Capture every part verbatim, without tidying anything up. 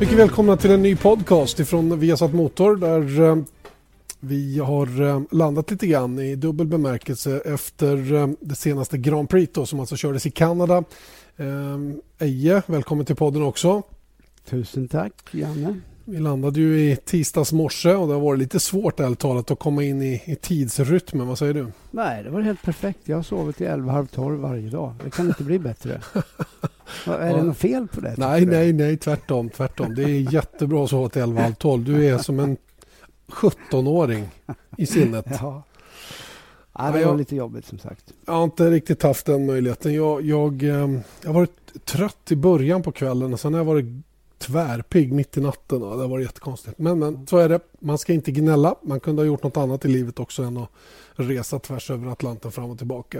Mycket välkomna till en ny podcast ifrån Viasat Motor där eh, vi har eh, landat lite grann i dubbel bemärkelse efter eh, det senaste Grand Prix då, som alltså kördes i Kanada. Eh, Eje, välkommen till podden också. Tusen tack, Janne. Vi landade ju i tisdags morse och det har varit lite svårt ärligt talat att komma in i, i tidsrytmen. Vad säger du? Nej, det var helt perfekt. Jag har sovit till elva, halv tolv varje dag. Det kan inte bli bättre. Är det ja. något fel på det? Nej, nej, nej, tvärtom, tvärtom. Det är jättebra att sova till elva, halv tolv. Du är som en sjuttonåring i sinnet. Ja. Ja, det var lite jobbigt som sagt. Jag har inte riktigt haft den möjligheten. Jag, jag, jag har varit trött i början på kvällen och sen har jag varit tvärpigg mitt i natten. Ja, det har varit jättekonstigt. Men, men så är det. Man ska inte gnälla. Man kunde ha gjort något annat i livet också än att resa tvärs över Atlanten fram och tillbaka.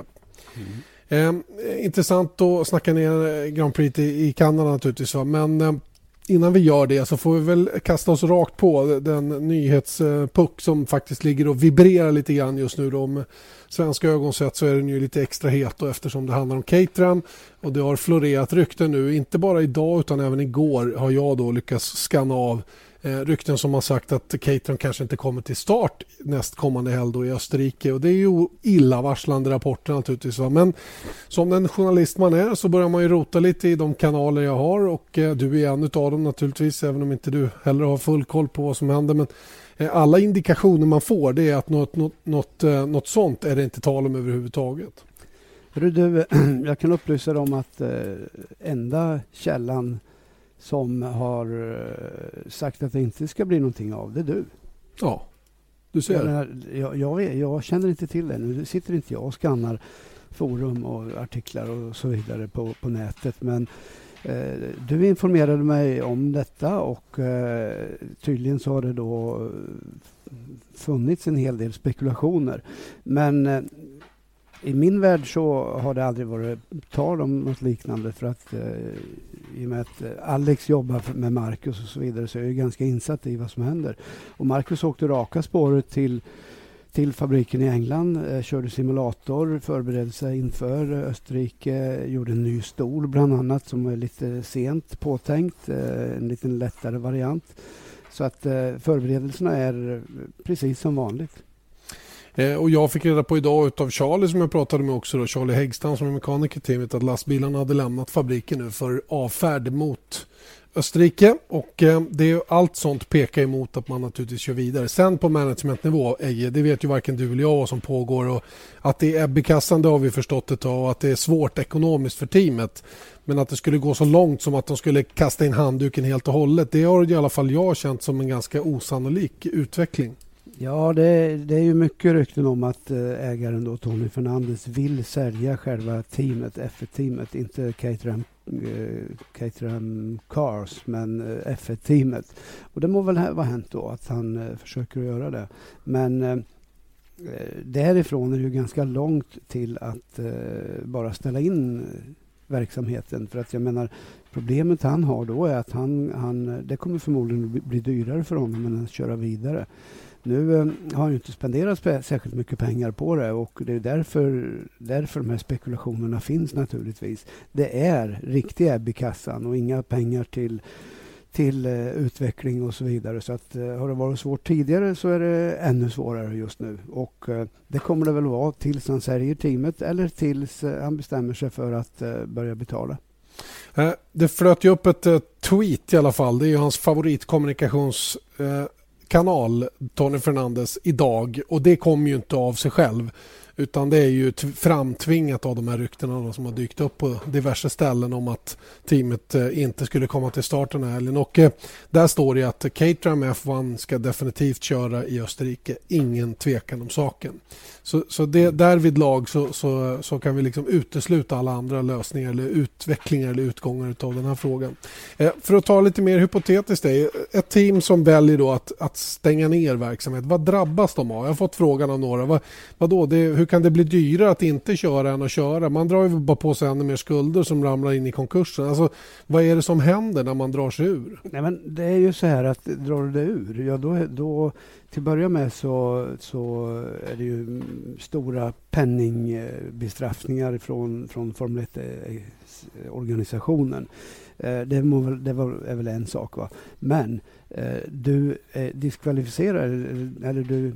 Mm. Eh, intressant att snacka ner Grand Prix i, i Kanada naturligtvis. Va? Men eh, innan vi gör det så får vi väl kasta oss rakt på den nyhetspuck som faktiskt ligger och vibrerar lite grann just nu. Då. Om svenska ögon sett så är den ju lite extra het och eftersom det handlar om Caterham och det har florerat rykten nu, inte bara idag utan även igår har jag då lyckats skanna av eh, rykten som har sagt att Caterham kanske inte kommer till start nästkommande helg då i Österrike och det är ju illavarslande rapporter naturligtvis. Va? Men som den journalist man är så börjar man ju rota lite i de kanaler jag har och eh, du är en av dem naturligtvis även om inte du heller har full koll på vad som händer, men alla indikationer man får det är att något, något, något, något sånt är det inte tal om överhuvudtaget. Du, jag kan upplysa dig om att eh, enda källan som har eh, sagt att det inte ska bli någonting av det är du. Ja, du ser. Jag, menar, jag, jag, jag känner inte till det. Nu sitter inte jag och skannar forum och artiklar och så vidare på, på nätet, men du informerade mig om detta och eh, tydligen så har det då funnits en hel del spekulationer. Men eh, i min värld så har det aldrig varit tal om något liknande för att eh, i och med att Alex jobbar med Marcus och så vidare så är jag ganska insatt i vad som händer. Och Marcus åkte raka spåret till till fabriken i England, eh, körde simulator, förberedde sig inför eh, Österrike, gjorde en ny stol bland annat som är lite sent påtänkt, eh, en liten lättare variant. Så att eh, förberedelserna är precis som vanligt. Eh, och jag fick reda på idag utav Charlie som jag pratade med också då, Charlie Häggstam som är mekanikerteamet, att lastbilarna hade lämnat fabriken nu för avfärd mot Österrike och eh, det är allt sånt pekar emot att man naturligtvis kör vidare. Sen på managementnivå, Eje, det vet ju varken du eller jag vad som pågår och att det är ebbe i kassan det har vi förstått ett tag och att det är svårt ekonomiskt för teamet. Men att det skulle gå så långt som att de skulle kasta in handduken helt och hållet, det har i alla fall jag känt som en ganska osannolik utveckling. Ja, det, det är ju mycket rykten om att ägaren då Tony Fernandes vill sälja själva teamet, F ett-teamet, inte Caterham, eh, Caterham Cars, men eh, F ett-teamet. Och det må väl vara hänt då att han eh, försöker göra det. Men eh, därifrån är det ju ganska långt till att eh, bara ställa in verksamheten. För att jag menar, problemet han har då är att han, han, det kommer förmodligen bli dyrare för honom än att köra vidare. Nu eh, har han ju inte spenderat spe- särskilt mycket pengar på det och det är därför, därför de här spekulationerna finns naturligtvis. Det är riktig ebbe i kassan och inga pengar till, till eh, utveckling och så vidare. Så att, eh, har det varit svårt tidigare så är det ännu svårare just nu. Och eh, det kommer det väl vara tills han säljer teamet eller tills eh, han bestämmer sig för att eh, börja betala. Eh, det flöt ju upp ett eh, tweet i alla fall. Det är ju hans favoritkommunikations eh, kanal, Tony Fernandes, idag och det kommer ju inte av sig själv utan det är ju t- framtvingat av de här ryktena som har dykt upp på diverse ställen om att teamet eh, inte skulle komma till starten här helgen och eh, där står det att Caterham F ett ska definitivt köra i Österrike, ingen tvekan om saken. Så, så det, därvid lag så, så, så kan vi liksom utesluta alla andra lösningar eller utvecklingar eller utgångar av den här frågan. Eh, för att ta lite mer hypotetiskt, det ett team som väljer då att, att stänga ner verksamhet, vad drabbas de av? Jag har fått frågan av några, vad, vad då? Det, hur hur kan det bli dyrare att inte köra än att köra? Man drar ju bara på sig ännu mer skulder som ramlar in i konkursen. Alltså, vad är det som händer när man drar sig ur? Nej, men det är ju så här att drar du det ur, ja då, då till att börja med så, så är det ju stora penningbestraffningar från, från Formel ett-organisationen. Det, må väl, det var, är väl en sak, va? Men eh, du är diskvalificerad eller, eller du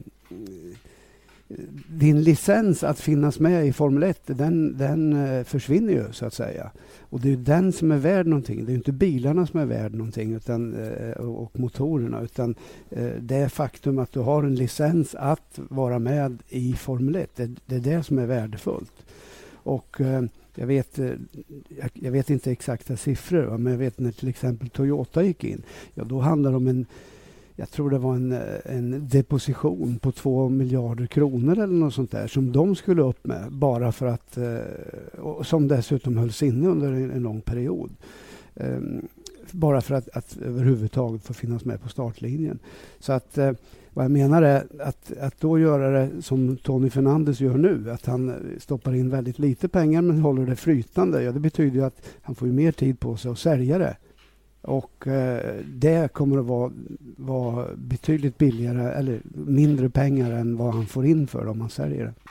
din licens att finnas med i Formel ett, den, den eh, försvinner ju så att säga. Och det är den som är värd någonting. Det är inte bilarna som är värd någonting utan, eh, och motorerna, utan eh, det faktum att du har en licens att vara med i Formel ett, det, det är det som är värdefullt. Och eh, jag vet, jag, jag vet inte exakta siffror, va? Men jag vet när till exempel Toyota gick in, ja då handlar det om en, jag tror det var en, en deposition på två miljarder kronor eller något sånt där som de skulle upp med bara för att, och som dessutom hölls inne under en, en lång period. Um, bara för att, att överhuvudtaget få finnas med på startlinjen. Så att uh, vad jag menar är att, att då göra det som Tony Fernandes gör nu, att han stoppar in väldigt lite pengar men håller det flytande, ja det betyder ju att han får ju mer tid på sig att sälja det. Och eh, det kommer att vara, vara betydligt billigare eller mindre pengar än vad han får in för om han säljer det.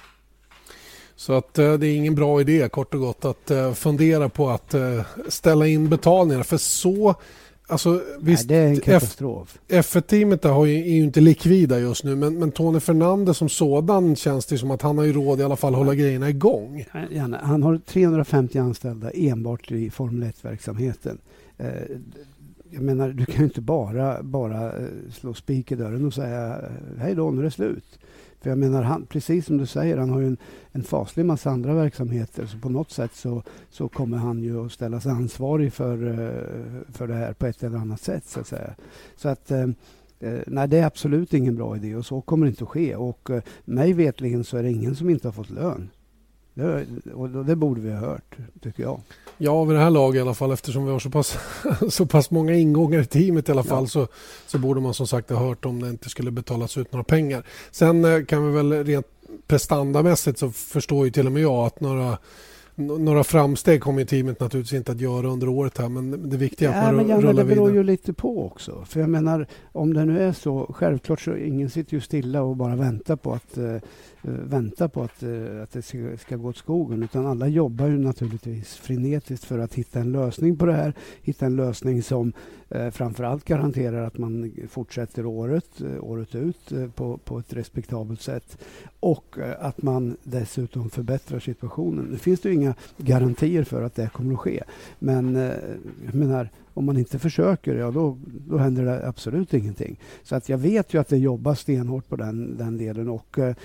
Så att eh, det är ingen bra idé kort och gott att eh, fundera på att eh, ställa in betalningar, för så alltså, visst, nej, det är en katastrof. F ett-teamet har ju, är ju inte likvida just nu, men, men Tony Fernandes som sådan känns det som att han har ju råd i alla fall hålla grejerna igång. Janne, han har trehundrafemtio anställda enbart i Formel ett-verksamheten. Eh, jag menar, du kan ju inte bara, bara slå spik i dörren och säga hej då, nu är det slut. För jag menar, han, precis som du säger, han har ju en, en faslig massa andra verksamheter. Så på något sätt så, så kommer han ju att ställas ansvarig för, för det här på ett eller annat sätt. Så att säga. Så att, eh, nej, det är absolut ingen bra idé och så kommer det inte att ske. Och eh, mig vetligen så är det ingen som inte har fått lön. Det, och det borde vi ha hört, tycker jag. Ja, vid det här laget i alla fall, eftersom vi har så pass, så pass många ingångar i teamet i alla fall, ja. så, så borde man som sagt ha hört om det inte skulle betalas ut några pengar. Sen kan vi väl rent prestandamässigt så förstår ju till och med jag att några, några framsteg kommer teamet naturligtvis inte att göra under året här, men det viktiga är att man ja, men rullar det beror vidare. ju lite på också. För jag menar, om det nu är så, självklart så ingen sitter ju stilla och bara väntar på att uh, vänta på att, uh, att det ska, ska gå åt skogen, utan alla jobbar ju naturligtvis frenetiskt för att hitta en lösning på det här, hitta en lösning som uh, framförallt garanterar att man fortsätter året, uh, året ut uh, på, på ett respektabelt sätt och uh, att man dessutom förbättrar situationen. Det finns det ju inga garantier för att det kommer att ske, men uh, jag menar, om man inte försöker, ja då, då händer det absolut ingenting. Så att jag vet ju att det jobbas stenhårt på den, den delen och eh,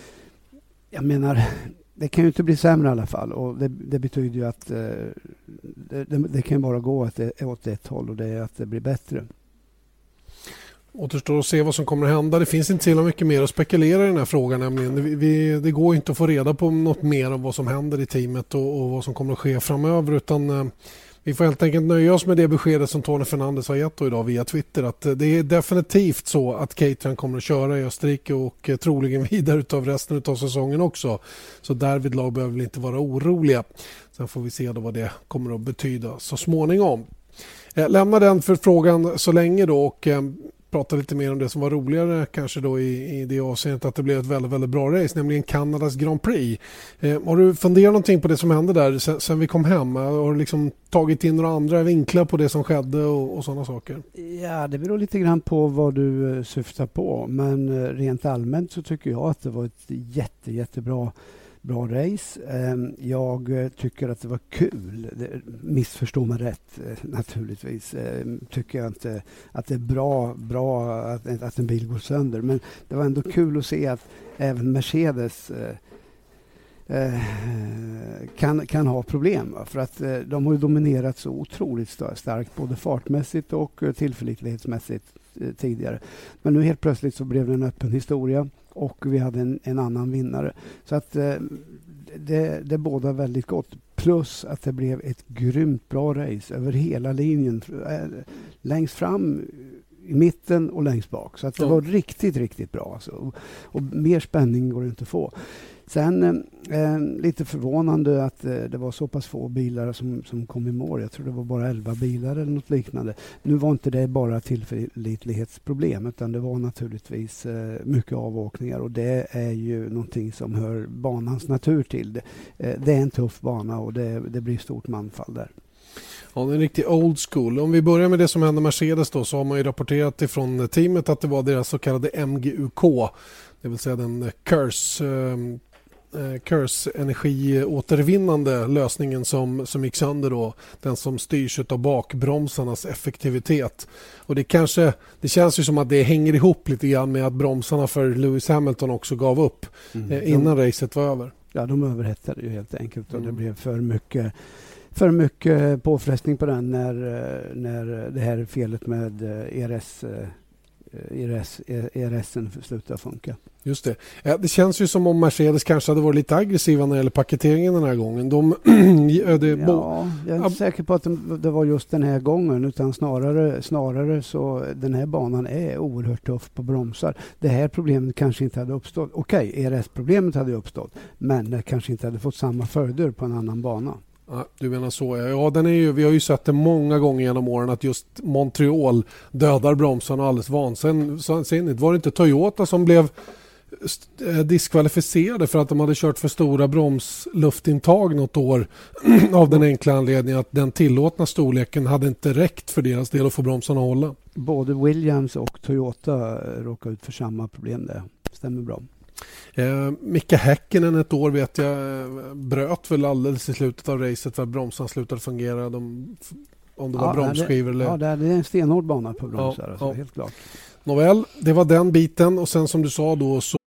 jag menar, det kan ju inte bli sämre i alla fall och det, det betyder ju att eh, det, det, det kan bara gå åt, åt ett håll och det är att det blir bättre. Återstår att se vad som kommer att hända. Det finns inte så mycket mer att spekulera i den här frågan. Nämligen. Vi, vi, det går inte att få reda på något mer om vad som händer i teamet och, och vad som kommer att ske framöver, utan eh, vi får helt enkelt nöja oss med det beskedet som Tony Fernandes har gett idag via Twitter, att det är definitivt så att Caterham kommer att köra i Österrike och troligen vidare utav resten av säsongen också. Så därvidlag behöver vi inte vara oroliga. Sen får vi se då vad det kommer att betyda så småningom. Lämna den för frågan så länge då och prata lite mer om det som var roligare kanske då i, i det avseendet att det blev ett väldigt, väldigt bra race, nämligen Kanadas Grand Prix. Eh, har du funderat någonting på det som hände där sen, sen vi kom hem? Har du liksom tagit in några andra vinklar på det som skedde och, och sådana saker? Ja, det beror lite grann på vad du uh, syftar på, men uh, rent allmänt så tycker jag att det var ett jätte, jättebra bra race. Jag tycker att det var kul. Missförstå mig rätt, naturligtvis. Tycker jag inte att det är bra, bra att, att en bil går sönder. Men det var ändå kul att se att även Mercedes kan, kan ha problem. För att de har ju dominerat så otroligt starkt, både fartmässigt och tillförlitlighetsmässigt tidigare. Men nu helt plötsligt så blev det en öppen historia. Och vi hade en, en annan vinnare. Så att eh, det, det båda väldigt gott. Plus att det blev ett grymt bra race över hela linjen. Äh, längst fram, i mitten och längst bak. Så att det var riktigt, riktigt bra. Alltså. Och, och mer spänning går det inte att få. Sen eh, lite förvånande att eh, det var så pass få bilar som, som kom i mål. Jag tror det var bara elva bilar eller något liknande. Nu var inte det bara tillförlitlighetsproblem, utan det var naturligtvis eh, mycket avåkningar, och det är ju någonting som hör banans natur till. Det, eh, det är en tuff bana och det, det blir stort manfall där. Ja, det är en riktig old school. Om vi börjar med det som hände Mercedes då, så har man ju rapporterat ifrån teamet att det var deras så kallade M G U K, det vill säga den curse, eh, curse energiåtervinnande lösningen som, som gick sönder då, den som styrs av bakbromsarnas effektivitet. Och det kanske, det känns ju som att det hänger ihop lite grann med att bromsarna för Lewis Hamilton också gav upp mm. eh, innan de, racet var över. Ja, de överhettade ju helt enkelt, och mm. det blev för mycket för mycket påfrestning på den när, när det här felet med E R S, E R S, E R S-en slutade funka. Just det. Ja, det känns ju som om Mercedes kanske hade varit lite aggressiva när det gäller paketeringen den här gången. De, det, ja, jag är inte ab- säker på att de, det var just den här gången, utan snarare, snarare så den här banan är oerhört tuff på bromsar. Det här problemet kanske inte hade uppstått. Okej, E R S-problemet hade uppstått, men det kanske inte hade fått samma följder på en annan bana. Ja, du menar så. Ja, den är ju, vi har ju sett det många gånger genom åren att just Montreal dödar bromsarna alldeles vansinnigt. Var det inte Toyota som blev diskvalificerade för att de hade kört för stora bromsluftintag något år av den enkla anledningen att den tillåtna storleken hade inte räckt för deras del att få bromsarna att hålla? Både Williams och Toyota råkade ut för samma problem där. Stämmer bra. Eh, Mika Häkkinen ett år vet jag bröt väl alldeles i slutet av racet för att bromsarna slutade fungera. De, om det var ja, bromsskivor eller... Ja, det är en stenhård bana på bromsar, ja, alltså, ja. Helt klart. Nåväl, det var den biten, och sen som du sa då så...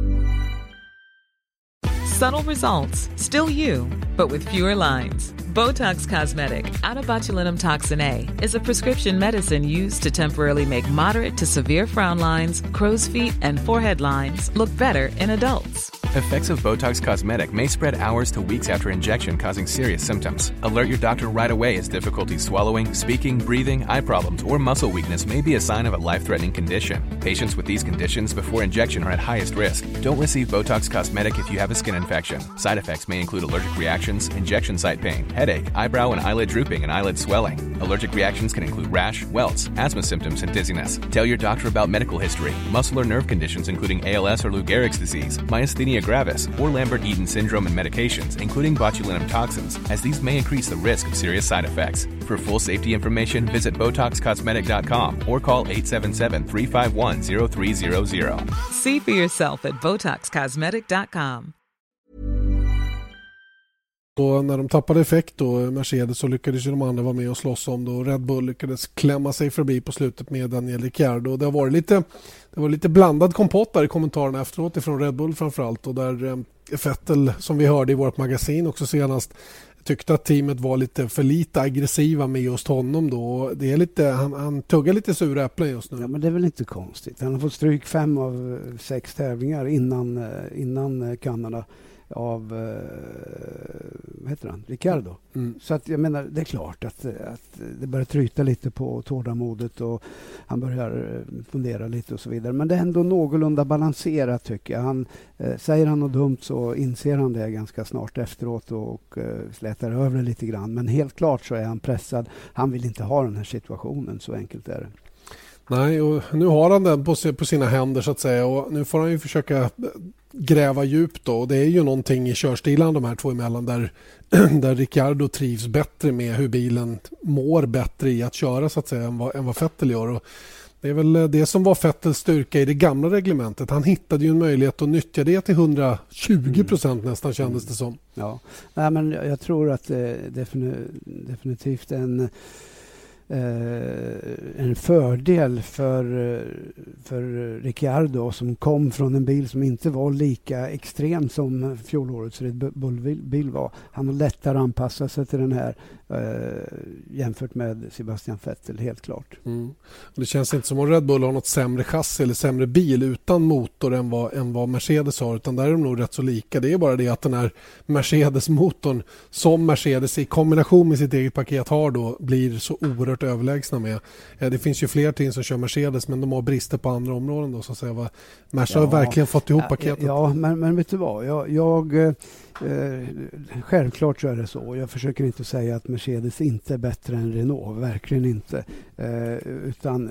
Subtle results, still you, but with fewer lines. Botox Cosmetic, out of botulinum toxin A, is a prescription medicine used to temporarily make moderate to severe frown lines, crow's feet, and forehead lines look better in adults. Effects of Botox Cosmetic may spread hours to weeks after injection, causing serious symptoms. Alert your doctor right away as difficulty swallowing, speaking, breathing, eye problems, or muscle weakness may be a sign of a life-threatening condition. Patients with these conditions before injection are at highest risk. Don't receive Botox Cosmetic if you have a skin infection. Side effects may include allergic reactions, injection site pain, headache, eyebrow and eyelid drooping, and eyelid swelling. Allergic reactions can include rash, welts, asthma symptoms, and dizziness. Tell your doctor about medical history, muscle or nerve conditions including A L S or Lou Gehrig's disease, myasthenia gravis, or Lambert-Eaton syndrome, and medications, including botulinum toxins, as these may increase the risk of serious side effects. For full safety information, visit Botox Cosmetic dot com or call eight seven seven, three five one, zero three zero zero. See for yourself at Botox Cosmetic dot com. Och när de tappade effekt då, Mercedes, så lyckades ju de andra vara med och slåss om det, och Red Bull lyckades klämma sig förbi på slutet med Daniel Ricciardo. Det var lite, det var lite blandad kompott där i kommentarerna efteråt ifrån Red Bull framförallt, och där eh, Vettel, som vi hörde i vårt magasin också senast, tyckte att teamet var lite för lite aggressiva med just honom då. Det är lite, han, han tuggar lite sura äpplen just nu. Ja, men det är väl inte konstigt. Han har fått stryk fem av sex tävlingar innan, innan Kanada av vad heter han? Ricciardo. Mm. Så att jag menar, det är klart att, att det börjar tryta lite på tålamodet, och han börjar fundera lite och så vidare. Men det är ändå någorlunda balanserat, tycker jag. Han, eh, säger han något dumt så inser han det ganska snart efteråt och, och eh, slätar över det lite grann. Men helt klart så är han pressad. Han vill inte ha den här situationen, så enkelt är det. Nej, och nu har han den på, på sina händer så att säga, och nu får han ju försöka gräva djupt då, och det är ju någonting i körstilen de här två emellan där, där Ricciardo trivs bättre med hur bilen mår bättre i att köra så att säga än vad, än vad Vettel gör, och det är väl det som var Vettels styrka i det gamla reglementet. Han hittade ju en möjlighet att nyttja det till hundratjugo procent nästan, kändes det som. Ja, nej, men jag tror att det definitivt är en en fördel för, för Ricciardo, som kom från en bil som inte var lika extrem som fjolårets Red Bull-bil var. Han har lättare att anpassa sig till den här eh, jämfört med Sebastian Vettel, helt klart. Mm. Det känns inte som om Red Bull har något sämre chassi eller sämre bil utan motor än vad, än vad Mercedes har, utan där är de nog rätt så lika. Det är bara det att den här Mercedes-motorn som Mercedes i kombination med sitt eget paket har då blir så oerhört klart överlägsna med. Det finns ju fler team som kör Mercedes, men de har brister på andra områden då, så att säga. Merca ja, har verkligen fått ihop paketet. Ja, men, men vet du vad? Jag, jag eh, självklart så är det så. Jag försöker inte säga att Mercedes inte är bättre än Renault, verkligen inte. Eh, utan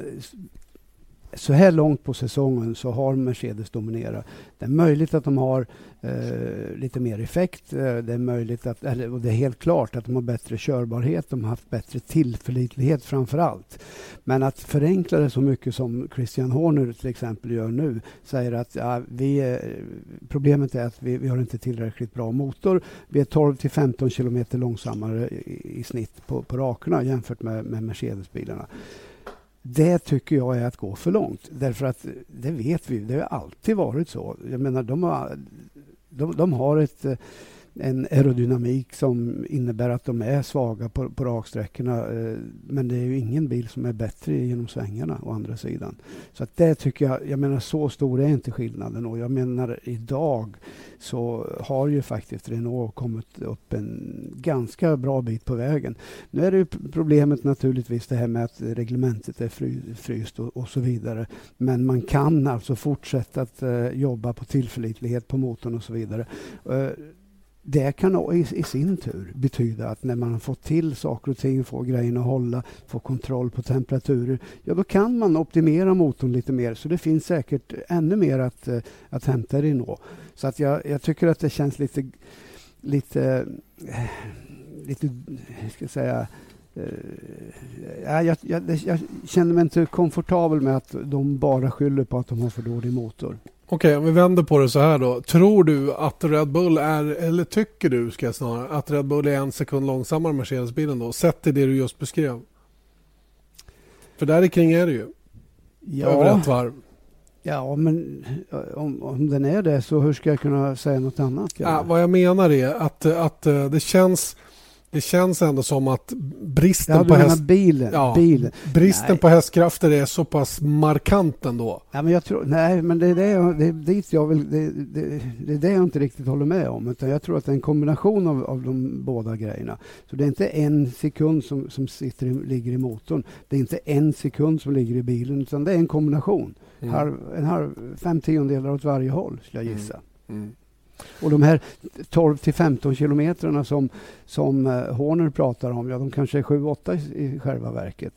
så här långt på säsongen så har Mercedes dominerat. Det är möjligt att de har eh, lite mer effekt. Eh, det är möjligt att, eller, och det är helt klart att de har bättre körbarhet. De har haft bättre tillförlitlighet framför allt. Men att förenkla det så mycket som Christian Horner till exempel gör nu, säger att ja, vi, problemet är att vi, vi har inte tillräckligt bra motor. Vi är tolv till femton kilometer långsammare i, i snitt på, på rakerna jämfört med, med Mercedes-bilarna. Det tycker jag är att gå för långt. Därför att det vet vi, det har alltid varit så. Jag menar, de har, de, de har ett, en aerodynamik som innebär att de är svaga på, på raksträckorna. Men det är ju ingen bil som är bättre genom svängarna å andra sidan. Så att det tycker jag, jag menar så stor är inte skillnaden. Och jag menar idag så har ju faktiskt Renault kommit upp en ganska bra bit på vägen. Nu är det ju problemet naturligtvis det här med att reglementet är fry, fryst och, och så vidare. Men man kan alltså fortsätta att uh, jobba på tillförlitlighet på motorn och så vidare. Uh, Det kan i, i sin tur betyda att när man har fått till saker och ting, får grejerna att hålla, får kontroll på temperaturer, ja då kan man optimera motorn lite mer. Så det finns säkert ännu mer att, att hämta i Renault. Så att jag, jag tycker att det känns lite, lite, lite ska jag säga, Ja, jag, jag, jag känner mig inte komfortabel med att de bara skyller på att de har för dålig motor. Okej, om vi vänder på det så här då. Tror du att Red Bull är, eller tycker du ska jag snarare, att Red Bull är en sekund långsammare Mercedes-bilen då? Sett till det du just beskrev. För där kring är det ju. Ja. Över ett varv. Ja, men om, om den är det så hur ska jag kunna säga något annat? Ja, vad jag menar är att, att det känns... Det känns ändå som att bristen ja, på häst... bilen, ja, bilen. bristen nej. på hästkrafter är så pass markant ändå. Ja, men jag tror, nej, men det är det, jag, det är dit jag vill, det, det, det är det jag inte riktigt håller med om. Utan jag tror att det är en kombination av, av de båda grejerna. Så det är inte en sekund som, som sitter i, ligger i motorn. Det är inte en sekund som ligger i bilen. Utan det är en kombination. Mm. Halv, en halv, fem tiondelar åt varje håll, skulle jag gissa. Mm. Mm. Och de här tolv till femton kilometrarna som, som Horner pratar om, ja de kanske är sju åtta i, i själva verket.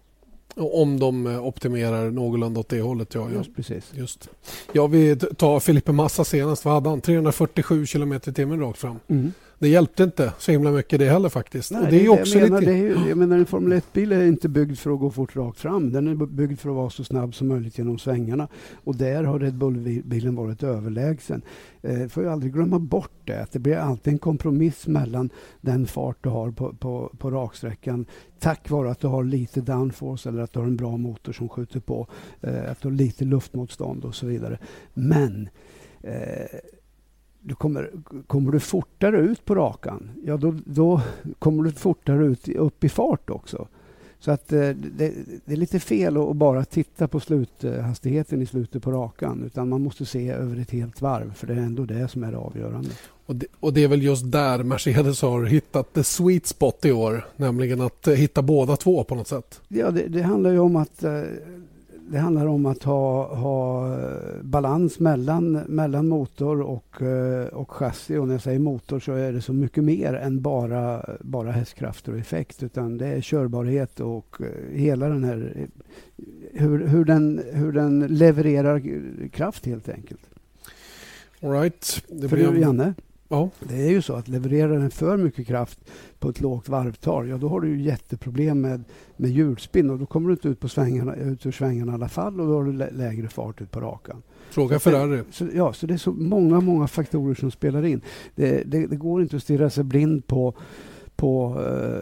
Om de optimerar någorlunda åt det hållet, ja. Just precis. Just. Ja, vi tar Felipe Massa senast, vad hade han? trehundrafyrtiosju kilometer i timmen rakt fram. Mm. Det hjälpte inte så himla mycket det heller faktiskt. Nej, och det är det, också jag menar, lite... det är ju, jag menar en Formel ett-bil är inte byggd för att gå fort rakt fram. Den är byggd för att vara så snabb som möjligt genom svängarna. Och där har Red Bull-bilen varit överlägsen. Eh, får jag aldrig glömma bort det. Att det blir alltid en kompromiss mellan den fart du har på, på, på raksträckan. Tack vare att du har lite downforce eller att du har en bra motor som skjuter på. Eh, att du har lite luftmotstånd och så vidare. Men... Eh, Du kommer, kommer du fortare ut på rakan, ja då, då kommer du fortare ut upp i fart också. Så att eh, det, det är lite fel att bara titta på sluthastigheten i slutet på rakan, utan man måste se över ett helt varv, för det är ändå det som är det avgörande. Och det, och det är väl just där Mercedes har hittat the sweet spot i år, nämligen att eh, hitta båda två på något sätt. Ja, det, det handlar ju om att eh, Det handlar om att ha, ha balans mellan, mellan motor och, och chassi. Och när jag säger motor så är det så mycket mer än bara, bara hästkrafter och effekt. Utan det är körbarhet och hela den här... Hur, hur, den, hur den levererar kraft helt enkelt. All right. Det För blir... Janne, ja. Det är ju så att levererar den för mycket kraft på ett lågt varvtal, ja då har du ju jätteproblem med, med hjulspinn och då kommer du inte ut, på svängarna, ut ur svängarna i alla fall och då har du lä- lägre fart ut på rakan. Fråga Ferrari. Så, ja, så det är så många, många faktorer som spelar in. Det, det, det går inte att stirra sig blind på på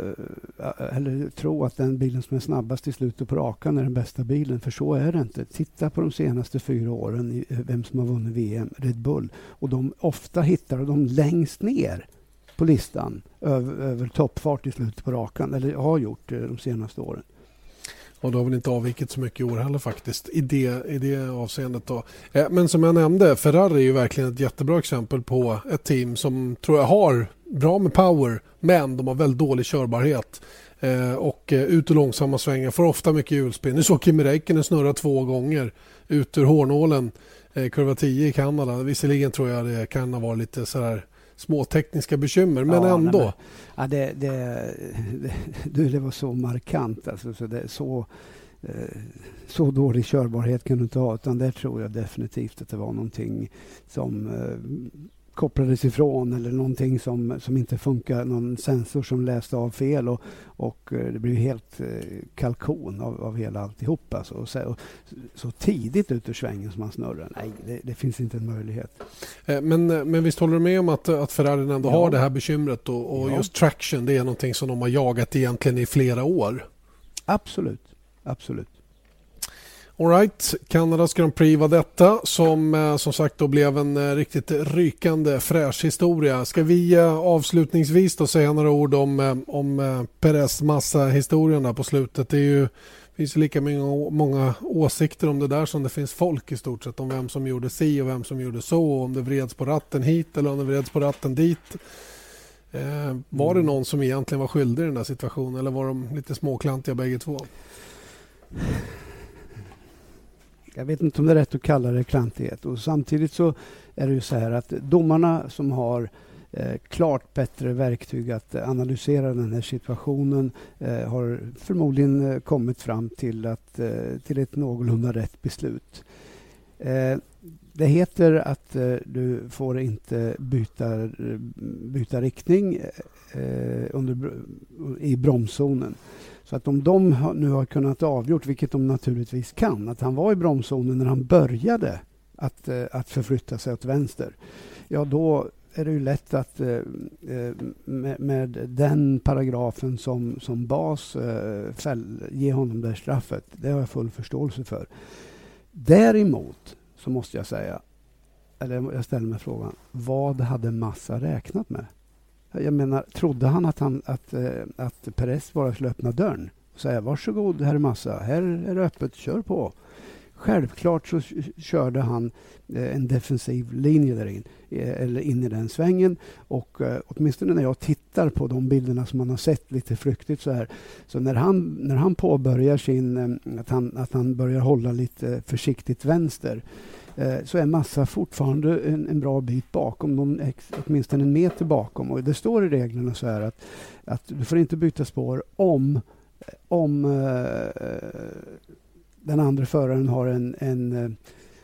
eh, eller tro att den bilen som är snabbast i slutet på rakan är den bästa bilen, för så är det inte. Titta på de senaste fyra åren i, vem som har vunnit V M, Red Bull, och de ofta hittar de längst ner på listan över, över toppfart i slutet på rakan, eller har gjort det de senaste åren. Och då har väl inte avvikit så mycket i år heller faktiskt i det, i det avseendet då. Men som jag nämnde, Ferrari är ju verkligen ett jättebra exempel på ett team som tror jag har bra med power, men de har väldigt dålig körbarhet. Eh, och eh, ut ur långsamma svängar, får ofta mycket hjulspinn. Nu såg Kimi Räikkönen snurra två gånger ut ur hårnålen, eh, kurva tio i Kanada. Visserligen tror jag det kan ha varit lite sådär små tekniska bekymmer, men ja, ändå. Nej, men, ja, det, det, det, det var så markant. Alltså, så det, så, eh, så dålig körbarhet kan du inte ha, utan där tror jag definitivt att det var någonting som eh, kopplades ifrån eller någonting som, som inte funkar, någon sensor som läste av fel och, och det blev helt eh, kalkon av, av hela alltihopa. Alltså. Och så, och, så tidigt ut ur svängen som man snurrar. Nej, det, det finns inte en möjlighet. Men, men visst håller du med om att, att Ferrari ändå ja. har det här bekymret och, och ja. just traction, det är någonting som de har jagat egentligen i flera år? Absolut, absolut. All right, Kanadas Grand Prix var detta som eh, som sagt då blev en eh, riktigt rykande fräsch historia. Ska vi eh, avslutningsvis då säga några ord om, eh, om eh, Perez Massa-historien där på slutet. Det är ju, finns lika många, många åsikter om det där som det finns folk i stort sett, om vem som gjorde si och vem som gjorde så, och om det vreds på ratten hit eller om det vreds på ratten dit. Eh, var det någon som egentligen var skyldig i den där situationen, eller var de lite småklantiga bägge två? Jag vet inte om det är rätt att kalla det klantighet. Och samtidigt så är det ju så här att domarna som har eh, klart bättre verktyg att analysera den här situationen eh, har förmodligen eh, kommit fram till, att, eh, till ett någorlunda rätt beslut. Eh, det heter att eh, du får inte byta, byta riktning eh, under, i bromszonen. Så att om de nu har kunnat avgjort, vilket de naturligtvis kan, att han var i bromszonen när han började att, att förflytta sig åt vänster, ja då är det ju lätt att med, med den paragrafen som, som bas fäll, ge honom det straffet. Det har jag full förståelse för. Däremot så måste jag säga, eller jag ställer mig frågan, vad hade Massa räknat med? Jag menar, trodde han att, han, att, att Perez bara skulle öppna dörren och säga varsågod herr Massa, här är det öppet, kör på. Självklart så körde han en defensiv linje där in, eller in i den svängen, och åtminstone när jag tittar på de bilderna som man har sett lite flyktigt så här, så när han, när han påbörjar sin, att han, att han börjar hålla lite försiktigt vänster, så är Massa fortfarande en, en bra bit bakom, någon ex, åtminstone en meter bakom. Och det står i reglerna så här att, att du får inte byta spår om, om eh, den andra föraren har en, en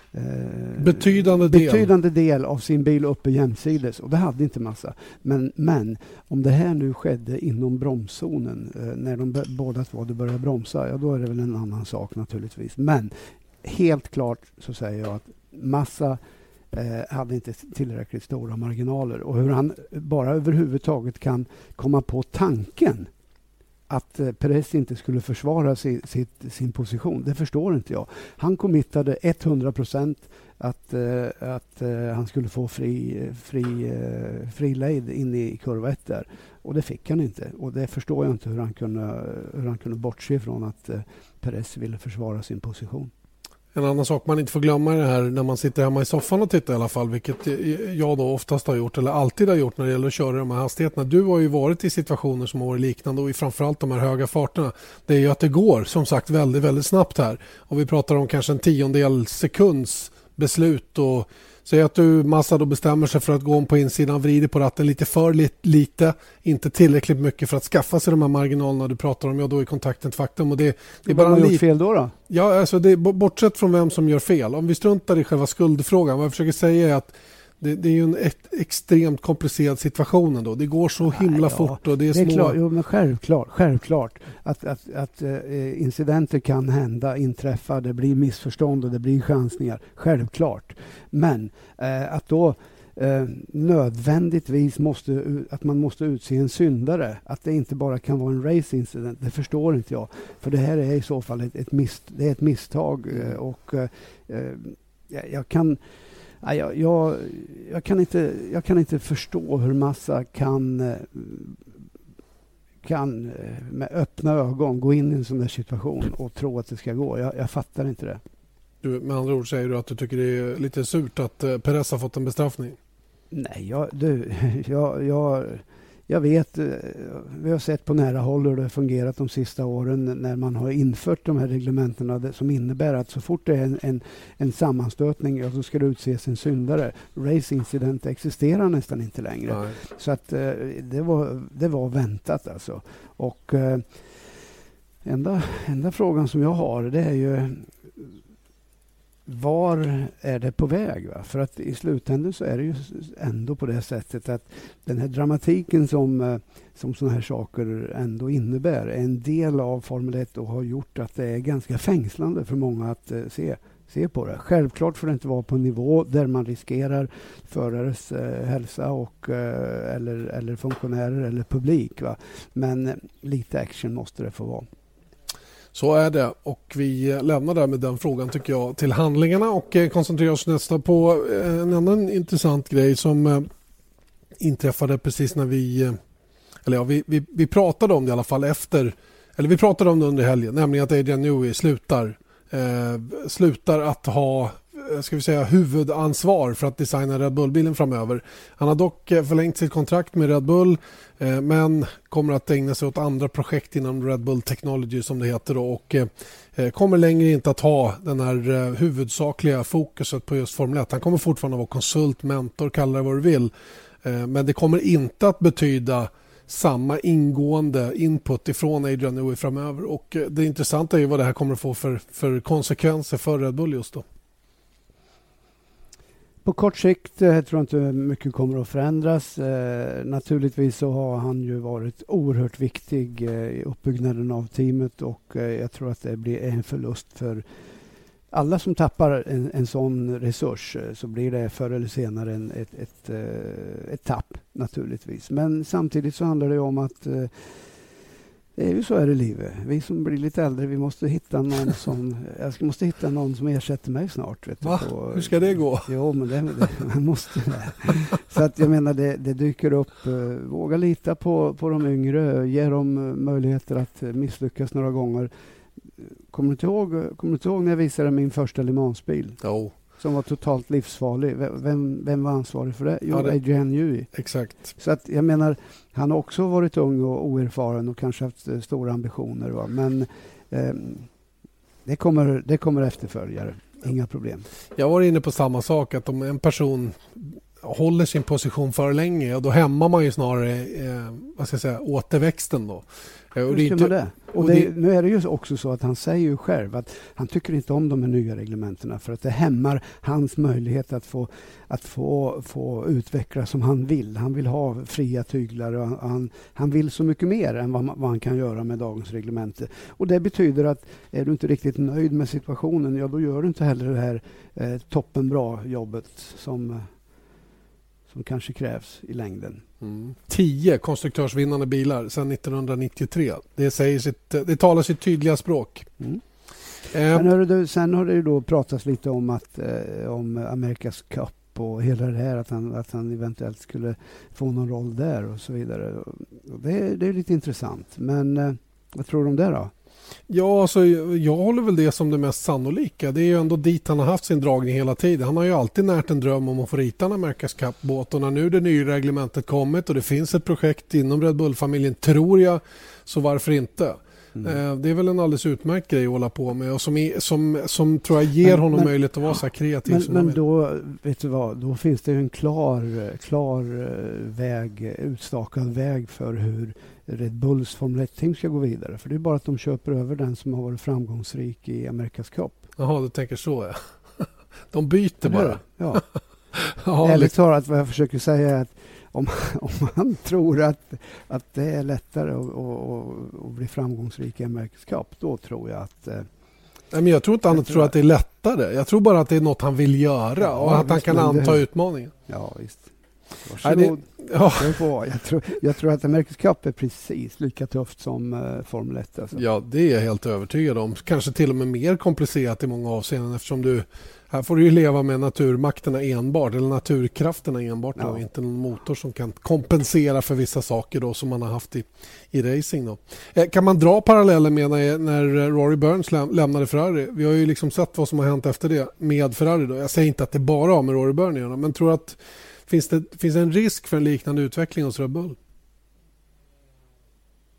eh, betydande, del. betydande del av sin bil uppe jämsides. Och det hade inte Massa. Men, men om det här nu skedde inom bromszonen, eh, när de b- båda två började bromsa, ja då är det väl en annan sak naturligtvis. Men helt klart så säger jag att Massa eh, hade inte tillräckligt stora marginaler, och hur han bara överhuvudtaget kan komma på tanken att eh, Perez inte skulle försvara si, sitt, sin position, det förstår inte jag. Han committade hundra procent att, eh, att eh, han skulle få fri, fri, eh, fri lejd in i kurva ett där, och det fick han inte, och det förstår jag inte hur han kunde, hur han kunde bortse ifrån att eh, Perez ville försvara sin position. En annan sak man inte får glömma är det här när man sitter hemma i soffan och tittar i alla fall, vilket jag då oftast har gjort eller alltid har gjort när det gäller att köra de här hastigheterna. Du har ju varit i situationer som har varit liknande, och i framförallt de här höga farterna. Det är ju att det går som sagt väldigt, väldigt snabbt här. Och vi pratar om kanske en tiondel sekunds beslut, och säg att du Massa då bestämmer sig för att gå om på insidan, vrider på ratten lite för lite, lite, inte tillräckligt mycket för att skaffa sig de här marginalerna du pratar om. Ja, då är kontakten ett faktum, och det, det är bara en gjort li- fel då då? Ja, alltså det är bortsett från vem som gör fel. Om vi struntar i själva skuldfrågan, vad jag försöker säga är att det, det är ju en ett, extremt komplicerad situation ändå. Det går så himla ja, fort, och det är, det är små... Klart, jo, men självklart, självklart att, att, att uh, incidenter kan hända, inträffa, det blir missförstånd och det blir chansningar. Självklart. Men uh, att då uh, nödvändigtvis måste, att man måste utse en syndare, att det inte bara kan vara en race incident, det förstår inte jag. För det här är i så fall ett, ett, mis, det är ett misstag, uh, och uh, uh, jag, jag kan Jag, jag, jag, kan inte, jag kan inte förstå hur Massa kan, kan med öppna ögon gå in i en sån där situation och tro att det ska gå. Jag, jag fattar inte det. Du, med andra ord säger du att du tycker det är lite surt att Perez har fått en bestraffning? Nej, jag, du, jag, jag, jag vet, vi har sett på nära håll hur det har fungerat de sista åren när man har infört de här reglementerna som innebär att så fort det är en, en, en sammanstötning, ja, så ska det utses en syndare. Race-incident existerar nästan inte längre. Nej. Så att det var, det var väntat alltså. Och eh, enda, enda frågan som jag har, det är ju var är det på väg? Va? För att i slutändan så är det ju ändå på det sättet att den här dramatiken som, som såna här saker ändå innebär är en del av Formel ett och har gjort att det är ganska fängslande för många att uh, se, se på det. Självklart får det inte vara på en nivå där man riskerar förares uh, hälsa och, uh, eller, eller funktionärer eller publik. Va? Men uh, lite action måste det få vara. Så är det, och vi lämnar där med den frågan tycker jag till handlingarna och koncentrerar oss nästa på en annan intressant grej som inträffade precis när vi, eller ja, vi, vi, vi pratade om det i alla fall efter, eller vi pratade om det under helgen, nämligen att Adrian Newey slutar, eh, slutar att ha, ska vi säga, huvudansvar för att designa Red Bull-bilen framöver. Han har dock förlängt sitt kontrakt med Red Bull, eh, men kommer att ägna sig åt andra projekt inom Red Bull Technology som det heter då, och eh, kommer längre inte att ha den här eh, huvudsakliga fokuset på just Formel ett. Han kommer fortfarande vara konsult, mentor, kalla det vad du vill, eh, men det kommer inte att betyda samma ingående input ifrån Adrian Newey framöver, och eh, det intressanta är ju vad det här kommer att få för, för konsekvenser för Red Bull just då. På kort sikt eh, tror jag inte mycket kommer att förändras. Eh, naturligtvis så har han ju varit oerhört viktig eh, i uppbyggnaden av teamet, och eh, jag tror att det blir en förlust för alla som tappar en, en sån resurs, eh, så blir det förr eller senare en, ett, ett, eh, ett tapp naturligtvis. Men samtidigt så handlar det om att eh, det är ju så är det i livet. Vi som blir lite äldre, vi måste hitta någon som jag måste hitta någon som ersätter mig snart. Vet Va? du, på, Hur ska det gå? Jo, men det, det man måste det. Så att jag menar, det, det dyker upp. Uh, våga lita på, på de yngre. Ge dem möjligheter att misslyckas några gånger. Kommer du inte ihåg, kommer du inte ihåg när jag visade min första Le Mans-bil? Jo. Som var totalt livsfarlig. Vem, vem var ansvarig för det? Jo, ja, det, Adrian Newey. Exakt. Så att jag menar, han har också varit ung och oerfaren och kanske haft uh, stora ambitioner. Va? Men uh, det, kommer, det kommer efterföljare. Inga problem. Jag var inne på samma sak, att om en person håller sin position för länge, och då hämmar man ju snarare eh, vad ska jag säga, återväxten då. Hur ska man det? Och det, det, nu är det ju också så att han säger ju själv att han tycker inte om de här nya reglementerna för att det hämmar hans möjlighet att få, att få, få utveckla som han vill. Han vill ha fria tyglar och han, han vill så mycket mer än vad, vad han kan göra med dagens reglementer. Och det betyder att är du inte riktigt nöjd med situationen, ja då gör du inte heller det här eh, toppenbra jobbet som, som kanske krävs i längden. Mm. Tio konstruktörsvinnande bilar sedan nittonhundranittiotre. Det, säger sitt, det talar sitt tydliga språk. Mm. Eh. Sen, har det, sen har det ju då pratats lite om, att, eh, om Amerikas Cup och hela det här, att han, att han eventuellt skulle få någon roll där och så vidare. Och det, det är lite intressant. Men eh, vad tror du om det då? Ja, alltså, jag håller väl det som det mest sannolika. Det är ju ändå dit han har haft sin dragning hela tiden. Han har ju alltid närt en dröm om att få rita en Amerikas Cup-båt. Och när nu det nya reglementet kommit och det finns ett projekt inom Red Bull-familjen, tror jag, så varför inte? Mm. Det är väl en alldeles utmärkt grej att hålla på med och som, är, som, som tror jag ger men, honom men, möjlighet att vara så här kreativ men, som men då, vet du vad, då finns det ju en klar, klar väg, utstakad väg för hur Red Bulls Formel ett-team ska gå vidare. För det är bara att de köper över den som har varit framgångsrik i Amerikas Cup. Jaha, du tänker så, ja. De byter bara. Ja. Ja, ärligt talat, vad jag försöker säga är att om, om man tror att, att det är lättare att, att, att bli framgångsrik i Amerikas Cup, då tror jag att... Nej, men jag tror inte han tror att det är lättare. Jag tror bara att det är något han vill göra ja, och att visst, han kan anta det... utmaningen. Ja, visst. Varsågod. Det, ja. jag, tror, jag tror att Amerikas Cup är precis lika tufft som uh, Formel ett. Alltså. Ja, det är jag helt övertygad om. Kanske till och med mer komplicerat i många avseenden eftersom du, här får du ju leva med naturmakterna enbart eller naturkrafterna enbart ja. Då, inte någon motor som kan kompensera för vissa saker då, som man har haft i, i racing. Då. Eh, kan man dra paralleller med när, när Rory Burns läm, lämnade Ferrari? Vi har ju liksom sett vad som har hänt efter det med Ferrari. Då. Jag säger inte att det bara har med Rory Burns, men tror att Finns det finns en risk för en liknande utveckling hos Red Bull?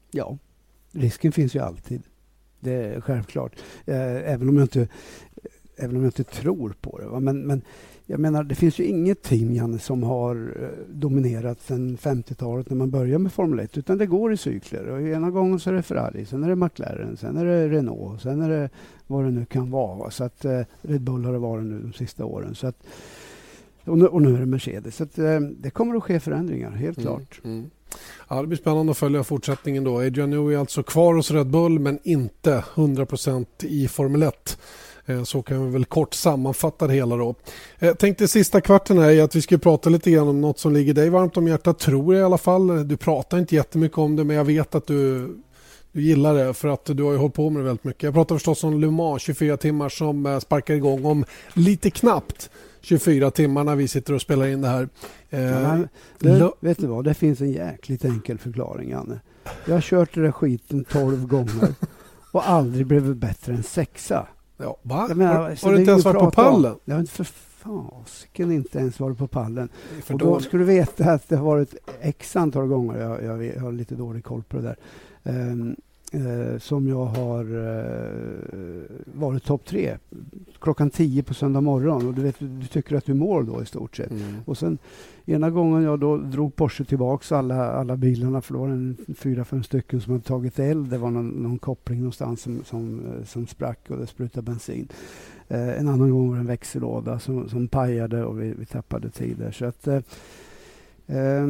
Ja, risken finns ju alltid. Det är självklart. Eh, även om jag inte, även om jag inte tror på det. Va? Men, men jag menar, det finns ju inget team, Janne, som har eh, dominerat sedan femtiotalet när man börjar med Formel ett. Utan det går i cykler. Och ena gången så är det Ferrari, sen är det McLaren, sen är det Renault, sen är det vad det nu kan vara. Va? Så att eh, Red Bull har det varit nu de sista åren. Så att, och, nu, och nu är det Mercedes. Så att, eh, det kommer att ske förändringar, helt mm, klart. Mm. Ja, det blir spännande att följa fortsättningen då. Adrian Newey är alltså kvar hos Red Bull men inte hundra procent i Formel ett. Så kan vi väl kort sammanfatta det hela då. Jag tänkte sista kvarten här är att vi ska prata lite grann om något som ligger dig varmt om hjärtat, tror jag i alla fall. Du pratar inte jättemycket om det, men jag vet att du, du gillar det för att du har ju hållit på med det väldigt mycket. Jag pratar förstås om Le Mans tjugofyra timmar som sparkar igång om lite knappt tjugofyra timmar när vi sitter och spelar in det här. Ja, men, det, vet du vad, det finns en jäkligt enkel förklaring, Janne. Jag har kört den där skiten tolv gånger och aldrig blivit bättre än sexa. Ja, va? Jag menar, har har du inte ens varit på pallen? Jag har inte för fasiken inte ens varit på pallen. Och då skulle du veta att det har varit x antal gånger, jag, jag, jag har lite dålig koll på det där, um, uh, som jag har uh, varit topp tre klockan tio på söndag morgon. Och du, vet, du tycker att du mår då i stort sett. Mm. Och sen ena gången jag då drog Porsche tillbaks alla, alla bilarna, för då var det en fyra, fem stycken som hade tagit eld. Det var någon, någon koppling någonstans som, som, som sprack och det sprutade bensin. Eh, en annan gång var det en växellåda som, som pajade och vi, vi tappade tider. Så att, eh, eh,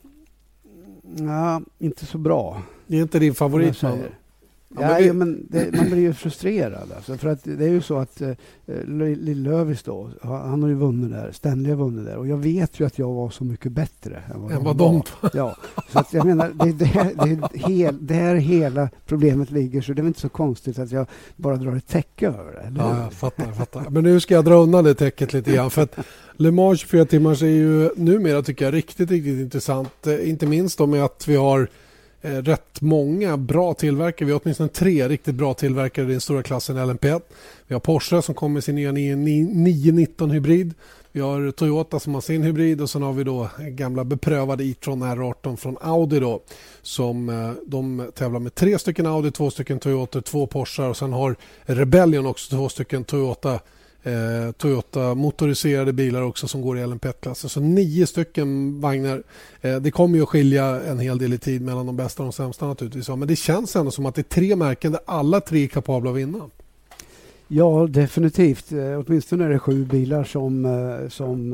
ja, inte så bra. Det är inte din favorit? Ja, ja, vi... ja, men det, man blir ju frustrerad. Alltså, för att det är ju så att eh, Lill-Lövis då, han har ju vunnit där, Stanley har vunnit där. Och jag vet ju att jag var så mycket bättre än vad, än de, vad var. de Ja, så att jag menar, det, det, det, hel, där hela problemet ligger. Så det är inte så konstigt att jag bara drar ett täcke över det. Eller? Ja, jag fattar, jag fattar. Men nu ska jag dra undan det täcket lite grann. För att Le Mans tjugofyra timmars är ju numera, tycker jag, riktigt, riktigt intressant. Inte minst då med att vi har rätt många bra tillverkare. Vi har åtminstone tre riktigt bra tillverkare i den stora klassen L M P ett. Vi har Porsche som kommer med sin nya nio nitton hybrid. Vi har Toyota som har sin hybrid och sen har vi då gamla beprövade e-tron R arton från Audi då, som de tävlar med tre stycken Audi, två stycken Toyota, två Porsche och sen har Rebellion också två stycken Toyota Eh, Toyota motoriserade bilar också som går i L M P ett-klassen. Så nio stycken vagnar. Eh, det kommer ju att skilja en hel del i tid mellan de bästa och de sämsta naturligtvis. Men det känns ändå som att det är tre märken där alla tre är kapabla att vinna. Ja, definitivt. Eh, åtminstone är det sju bilar som, eh, som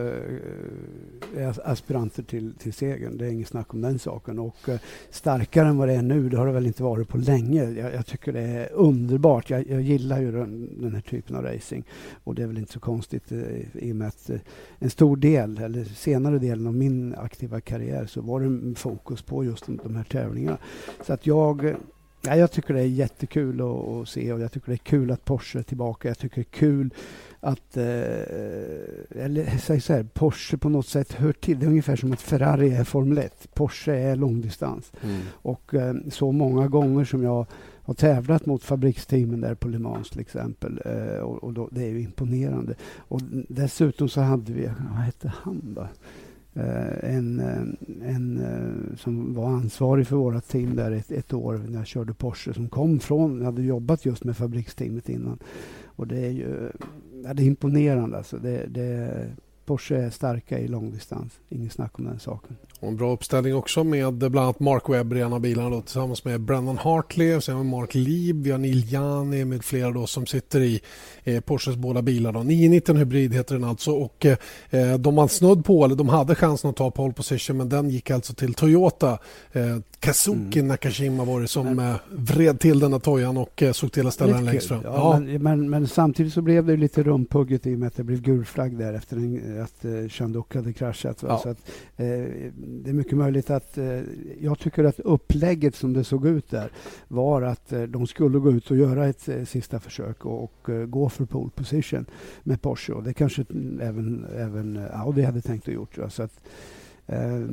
eh, är aspiranter till, till segern. Det är ingen snack om den saken. Och eh, starkare än vad det är nu, det har det väl inte varit på länge. Jag, jag tycker det är underbart. Jag, jag gillar ju den, den här typen av racing. Och det är väl inte så konstigt eh, i och med att eh, en stor del, eller senare delen av min aktiva karriär, så var det fokus på just de, de här tävlingarna. Så att jag... Ja, jag tycker det är jättekul att, att se och jag tycker det är kul att Porsche är tillbaka. Jag tycker det är kul att eh, eller, säg så här, Porsche på något sätt hör till. Det är ungefär som att Ferrari är Formel ett. Porsche är långdistans. Mm. Och eh, så många gånger som jag har tävlat mot fabriksteamen där på Le Mans till exempel. Eh, och och då, det är ju imponerande. Och dessutom så hade vi, vad hette han då? Uh, en, uh, en uh, som var ansvarig för våra team där ett, ett år när jag körde Porsche, som kom från, jag hade jobbat just med fabriksteamet innan, och det är ju ja, det är imponerande alltså. det, det, Porsche är starka i långdistans, ingen snack om den saken. Och en bra uppställning också med bland annat Mark Webber i en av bilarna då, tillsammans med Brendan Hartley, sen har vi Mark Lieb, vi har Neil Jani med flera då som sitter i eh, Porsches båda bilar då. nio nitton hybrid heter den alltså, och eh, de var snudd på, eller de hade chansen att ta pole position, men den gick alltså till Toyota. Eh, Kazuki mm. Nakashima var det som men, eh, vred till den där tojan och eh, såg till att ställa den längst fram. Ja, ja. Men, men, men samtidigt så blev det lite rumpugget i och med att det blev gul flagg där efter en, att eh, Chandok hade kraschat. Ja. Så att, eh, det är mycket möjligt att eh, jag tycker att upplägget som det såg ut där var att eh, de skulle gå ut och göra ett eh, sista försök och, och eh, gå för pole position med Porsche, och det kanske även, även Audi hade tänkt att gjort. Så att Uh,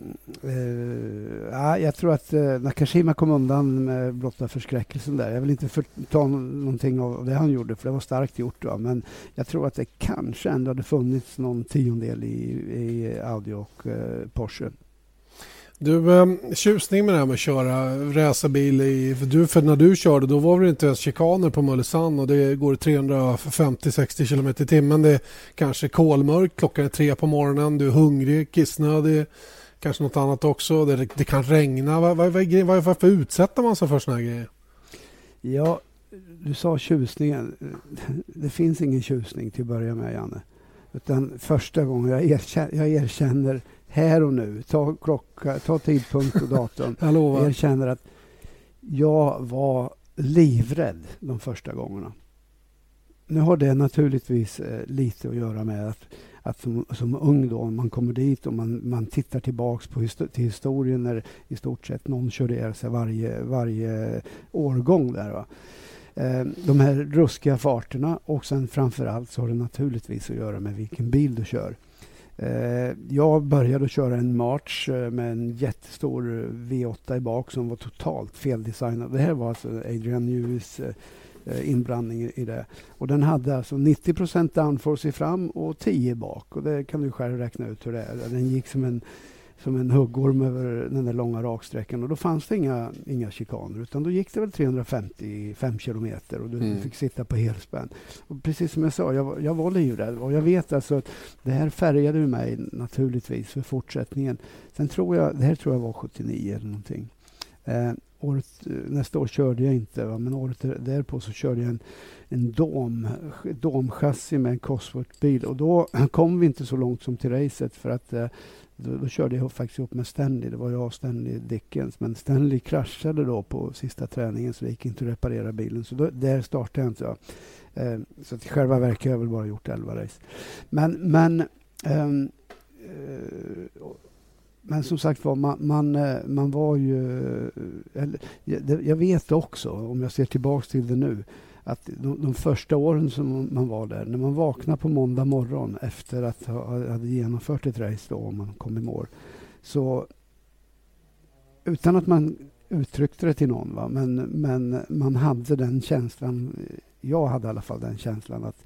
uh, ja, jag tror att uh, Nakashima kom undan med blotta förskräckelsen där. Jag vill inte för, ta någonting av det han gjorde, för det var starkt gjort då. Men jag tror att det kanske ändå hade funnits någon tiondel i, i Audi och uh, Porsche. Du, eh, tjusning med det här med att köra racerbil i, för, du, för när du körde då var det inte ens chikaner på Mullesan och det går trehundrafemtio till sextio kilometer i timmen. Det är kanske kolmörkt, klockan är tre på morgonen, du är hungrig, kissnödig, kanske något annat också. Det, det kan regna. Var, var, var, var, varför utsätter man sig för såna här grejer? Ja, du sa tjusningen. Det finns ingen tjusning till att börja med, Janne. Utan första gången jag erkänner, jag erkänner här och nu, ta klocka, ta tidpunkt och datum. Jag lovar. Jag erkänner att jag var livrädd de första gångerna. Nu har det naturligtvis eh, lite att göra med att, att som, som ung då, man kommer dit och man, man tittar tillbaks på histor- till historien när i stort sett någon kör ihjäl sig varje, varje årgång där, va. De här ruskiga farterna och sen framförallt så har det naturligtvis att göra med vilken bil du kör. Jag började köra en March med en jättestor V åtta i bak som var totalt feldesignad. Det här var alltså Adrian Newys inblandning i det. Och den hade alltså nittio procent downforce i fram och tio i bak. Och det kan du själv räkna ut hur det är. Den gick som en som en huggorm över den där långa raksträckan. Och då fanns det inga, inga chikaner. Utan då gick det väl trehundrafemtiofem kilometer. Och du mm. fick sitta på helspänn. Och precis som jag sa, jag, jag var livrädd. Och jag vet alltså att det här färgade ju mig naturligtvis för fortsättningen. Sen tror jag, det här tror jag var sjuttionio eller någonting. Eh, året, nästa år körde jag inte. Va? Men året därpå så körde jag en, en dom, domchassi med en Cosworth-bil. Och då kom vi inte så långt som till racet för att eh, Då, då körde jag faktiskt ihop med Stanley. Det var jag och Stanley Dickens. Men Stanley kraschade då på sista träningen så det gick inte att reparera bilen. Så då, där startade jag inte. Ja. Eh, så att i själva verket har jag väl bara gjort elva race. Men, men, ehm, eh, men som sagt var, man, man, man var ju... Eller, jag, jag vet också, om jag ser tillbaka till det nu, att de, de första åren som man var där, när man vaknade på måndag morgon efter att ha hade genomfört ett race då, om man kom i mål, så utan att man uttryckte det till någon, va, men, men man hade den känslan, jag hade i alla fall den känslan att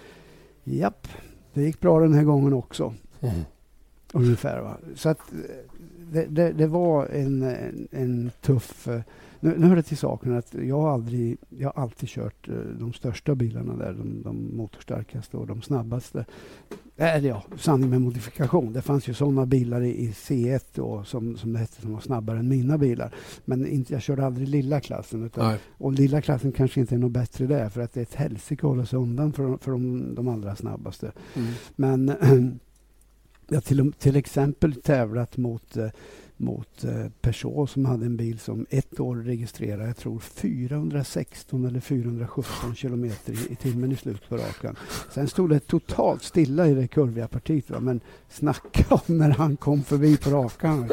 japp, det gick bra den här gången också. Mm. Ungefär, va. Så att det, det, det var en, en, en tuff... Nu, nu hör det till saken att jag har, aldrig, jag har alltid kört uh, de största bilarna där, de, de motorstarkaste och de snabbaste. Eller ja, sanning med modifikation. Det fanns ju sådana bilar i, i C ett då, som, som det hette, som var snabbare än mina bilar. Men inte, jag körde aldrig lilla klassen. Utan, och lilla klassen kanske inte är något bättre där, för att det är ett helsike att hålla sig undan för, för de, de allra snabbaste. Mm. Men jag har till, till exempel tävlat mot... Uh, mot eh, Peugeot som hade en bil som ett år registrerade, jag tror fyrahundrasexton eller fyrahundrasjutton kilometer i, i timmen i slutet på rakan. Sen stod det totalt stilla i det kurviga partiet, va? Men snacka om när han kom förbi på rakan.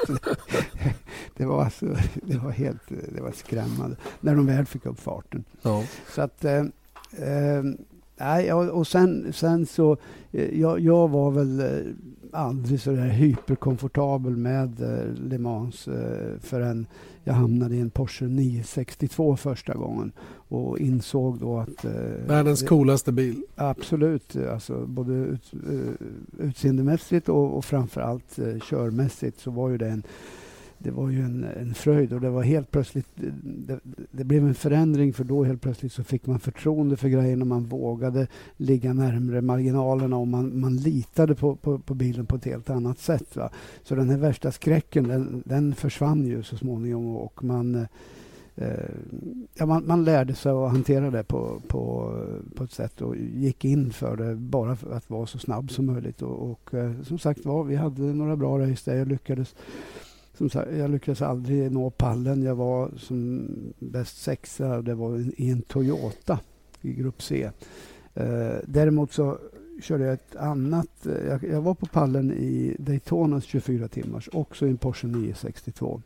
det var alltså, det var helt, det var skrämmande när de väl fick upp farten. Ja. Så att eh, eh, nej, och sen, sen så eh, jag, jag var väl eh, aldrig så där hyperkomfortabel med eh, Le Mans eh, förrän jag hamnade i en Porsche nio sextiotvå första gången och insåg då att... Eh, Världens coolaste bil. Absolut, alltså både ut, uh, utseendemässigt och, och framförallt uh, körmässigt så var ju det en Det var ju en, en fröjd och det var helt plötsligt, det, det blev en förändring för då helt plötsligt så fick man förtroende för grejerna, man vågade ligga närmare marginalerna och man, man litade på, på, på bilen på ett helt annat sätt. Va? Så den här värsta skräcken, den, den försvann ju så småningom och man, eh, ja, man, man lärde sig att hantera det på, på, på ett sätt och gick in för det bara för att vara så snabb som möjligt. Och, och eh, som sagt var, vi hade några bra race där, jag lyckades Som sagt, jag lyckades aldrig nå pallen. Jag var som bäst sexa och det var i en Toyota i grupp C. Eh, däremot så körde jag ett annat. Jag, jag var på pallen i Daytonas tjugofyra timmars, också i en Porsche nio sextiotvå.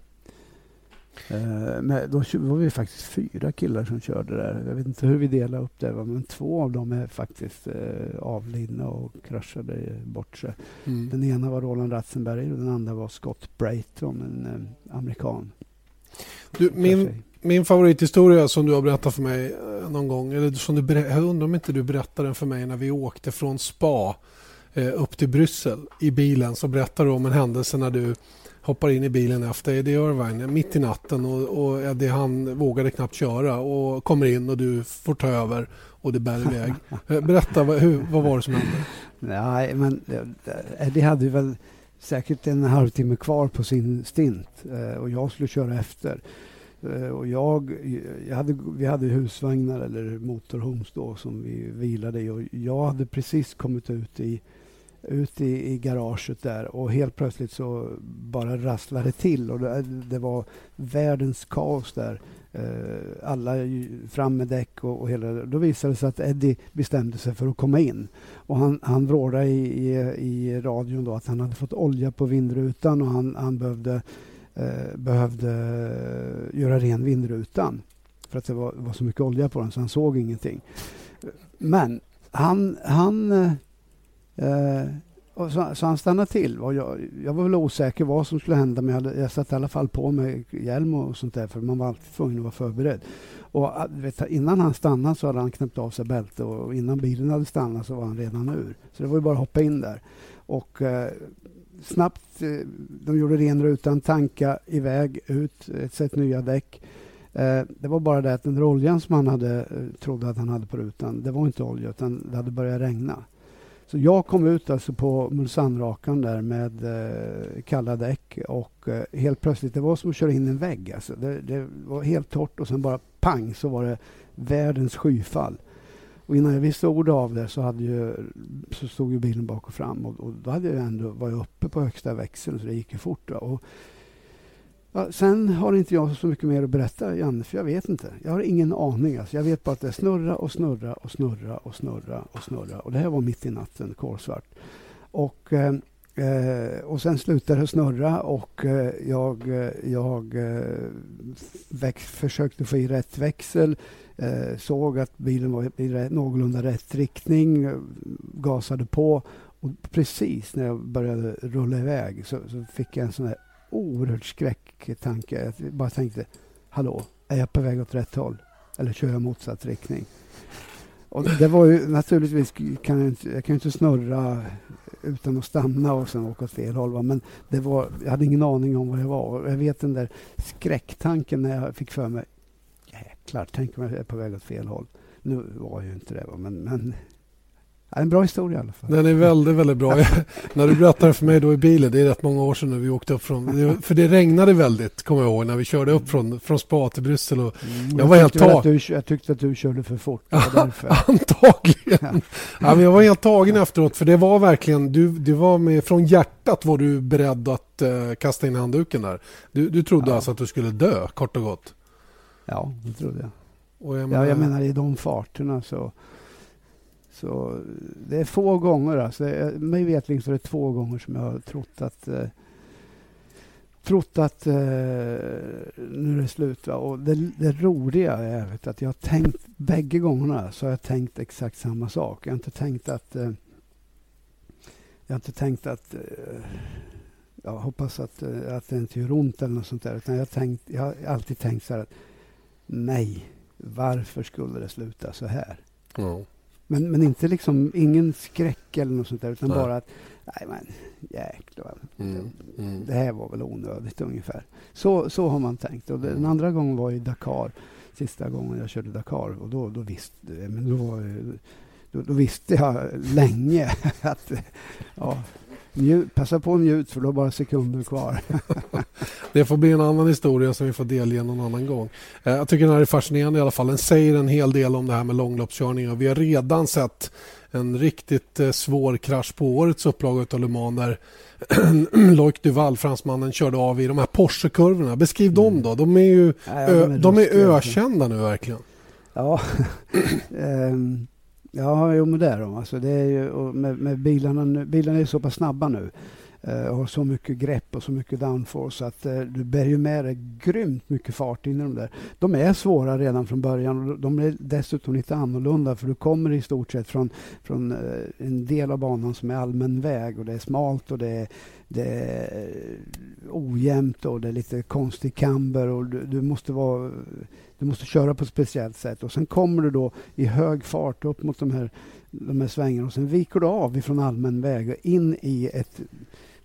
Eh, men då var vi faktiskt fyra killar som körde där. Jag vet inte hur vi delade upp det, men två av dem är faktiskt eh, avlidna och kraschade bort sig. Mm. Den ena var Roland Ratzenberger och den andra var Scott Brayton, en eh, amerikan. Du, min, min favorithistoria som du har berättat för mig eh, någon gång, eller som du ber- jag undrar om inte du berättade den för mig när vi åkte från Spa eh, upp till Bryssel i bilen, så berättade du om en händelse när du hoppar in i bilen efter Eddie Irvine mitt i natten och, och Eddie han vågade knappt köra och kommer in och du får ta över och det bär iväg. Berätta, vad, hur, vad var det som hände? Nej, men Eddie hade ju väl säkert en halvtimme kvar på sin stint och jag skulle köra efter. Och jag, jag hade, vi hade husvagnar eller motorhomes då som vi vilade i och jag hade precis kommit ut i ut i, i garaget där och helt plötsligt så bara rasslade till och det, det var världens kaos där. Uh, alla fram med däck och, och hela. Då visade det sig att Eddie bestämde sig för att komma in och han, han vrådade i, i, i radion då att han hade fått olja på vindrutan och han, han behövde, uh, behövde göra ren vindrutan för att det var, var så mycket olja på den så han såg ingenting. Men han, han uh, och så, så han stannade till och jag, jag var väl osäker vad som skulle hända men jag, hade, jag satt i alla fall på mig hjälm och sånt där för man var alltid tvungen att vara förberedd. Och vet, innan han stannade så hade han knäppt av sig bälte och innan bilen hade stannat så var han redan ur. Så det var ju bara att hoppa in där. Och eh, snabbt, eh, de gjorde ren rutan, tanka iväg, ut, ett sätt nya däck. Eh, det var bara det att den där oljan som han hade, eh, trodde att han hade på rutan, det var inte olja utan det hade börjat regna. Så jag kom ut alltså på Mulsanrakan där med eh, kalla däck och eh, helt plötsligt, det var som att köra in en vägg. Alltså. Det, det var helt torrt och sen bara pang så var det världens skyfall. Och innan jag visste ord av det så, hade ju, så stod ju bilen bak och fram och, och då hade jag ändå varit uppe på högsta växeln så det gick ju fort. Och, ja, sen har inte jag så mycket mer att berätta, Janne, för jag vet inte. Jag har ingen aning. Alltså. Jag vet bara att det snurra och snurra och snurra och snurra och snurra. Och det här var mitt i natten, kolsvart. Och, eh, och sen slutade det snurra och eh, jag, jag eh, väx, försökte få i rätt växel. Eh, såg att bilen var i rätt, någorlunda rätt riktning. Gasade på. Och precis när jag började rulla iväg så, så fick jag en sån här oerhört skräcktanke. Jag bara tänkte, hallå, är jag på väg åt rätt håll? Eller kör jag motsatt riktning? Och det var ju naturligtvis, kan jag, inte, jag kan ju inte snurra utan att stanna och sen åka åt fel håll. Va? Men det var, jag hade ingen aning om vad det var. Jag vet den där skräcktanken när jag fick för mig, jäklar, tänk om jag är på väg åt fel håll. Nu var ju inte det, va? men... men en bra historia i alla fall. Den är väldigt, väldigt bra. När du berättade för mig då i bilen, det är rätt många år sedan nu vi åkte upp från, för det regnade väldigt, kommer jag ihåg, när vi körde upp från, från Spa till Bryssel. Och mm, jag, jag, var helt tag... jag tyckte att du körde för fort. Antagligen. Ja. Ja, men jag var helt tagen efteråt, för det var verkligen, du, du var med, från hjärtat var du beredd att uh, kasta in handduken där. Du, du trodde ja. alltså att du skulle dö, kort och gott. Ja, det trodde jag. Och jag, menar... ja, jag menar i de farterna så... Så det är få gånger, alltså, mig vetligen så är det två gånger som jag har trott att eh, trott att eh, nu är det slut. Va? Och det, det roliga är vet, att jag har tänkt, bägge gångerna så har jag tänkt exakt samma sak. Jag har inte tänkt att eh, jag har inte tänkt att eh, jag hoppas att, eh, att det inte gör ont eller något sånt där. Utan jag har, tänkt, jag har alltid tänkt så här att nej, varför skulle det sluta så här? Mm. Men, men inte liksom, ingen skräck eller något sånt där, utan nej. bara att, nej men jäklar, mm, mm. det här var väl onödigt ungefär. Så, så har man tänkt. Och den andra gången var i Dakar, sista gången jag körde Dakar, och då, då visste men då, var, då, då visste jag länge att, ja, njut, passa på och njut för då är bara sekunder kvar. Det får bli en annan historia som vi får delge någon annan gång. Jag tycker den här är fascinerande i alla fall. Den säger en hel del om det här med långloppskörning och vi har redan sett en riktigt svår krasch på årets upplaga av Le Mans där Loic Duval, fransmannen, körde av i de här Porsche-kurvorna. Beskriv mm. dem då. De är ju ja, de är, de är ökända nu verkligen. Ja, um. Ja, jo, men det är de. Alltså, det är ju, med, med bilarna, nu, bilarna är så pass snabba nu uh, och har så mycket grepp och så mycket downforce att uh, du bär ju med dig grymt mycket fart in i de där. De är svåra redan från början och de är dessutom lite annorlunda för du kommer i stort sett från, från uh, en del av banan som är allmän väg och det är smalt och det är, det är ojämnt och det är lite konstig camber och du, du måste vara... Du måste köra på ett speciellt sätt och sen kommer du då i hög fart upp mot de här, de här svängarna och sen viker du av ifrån allmän väg in i ett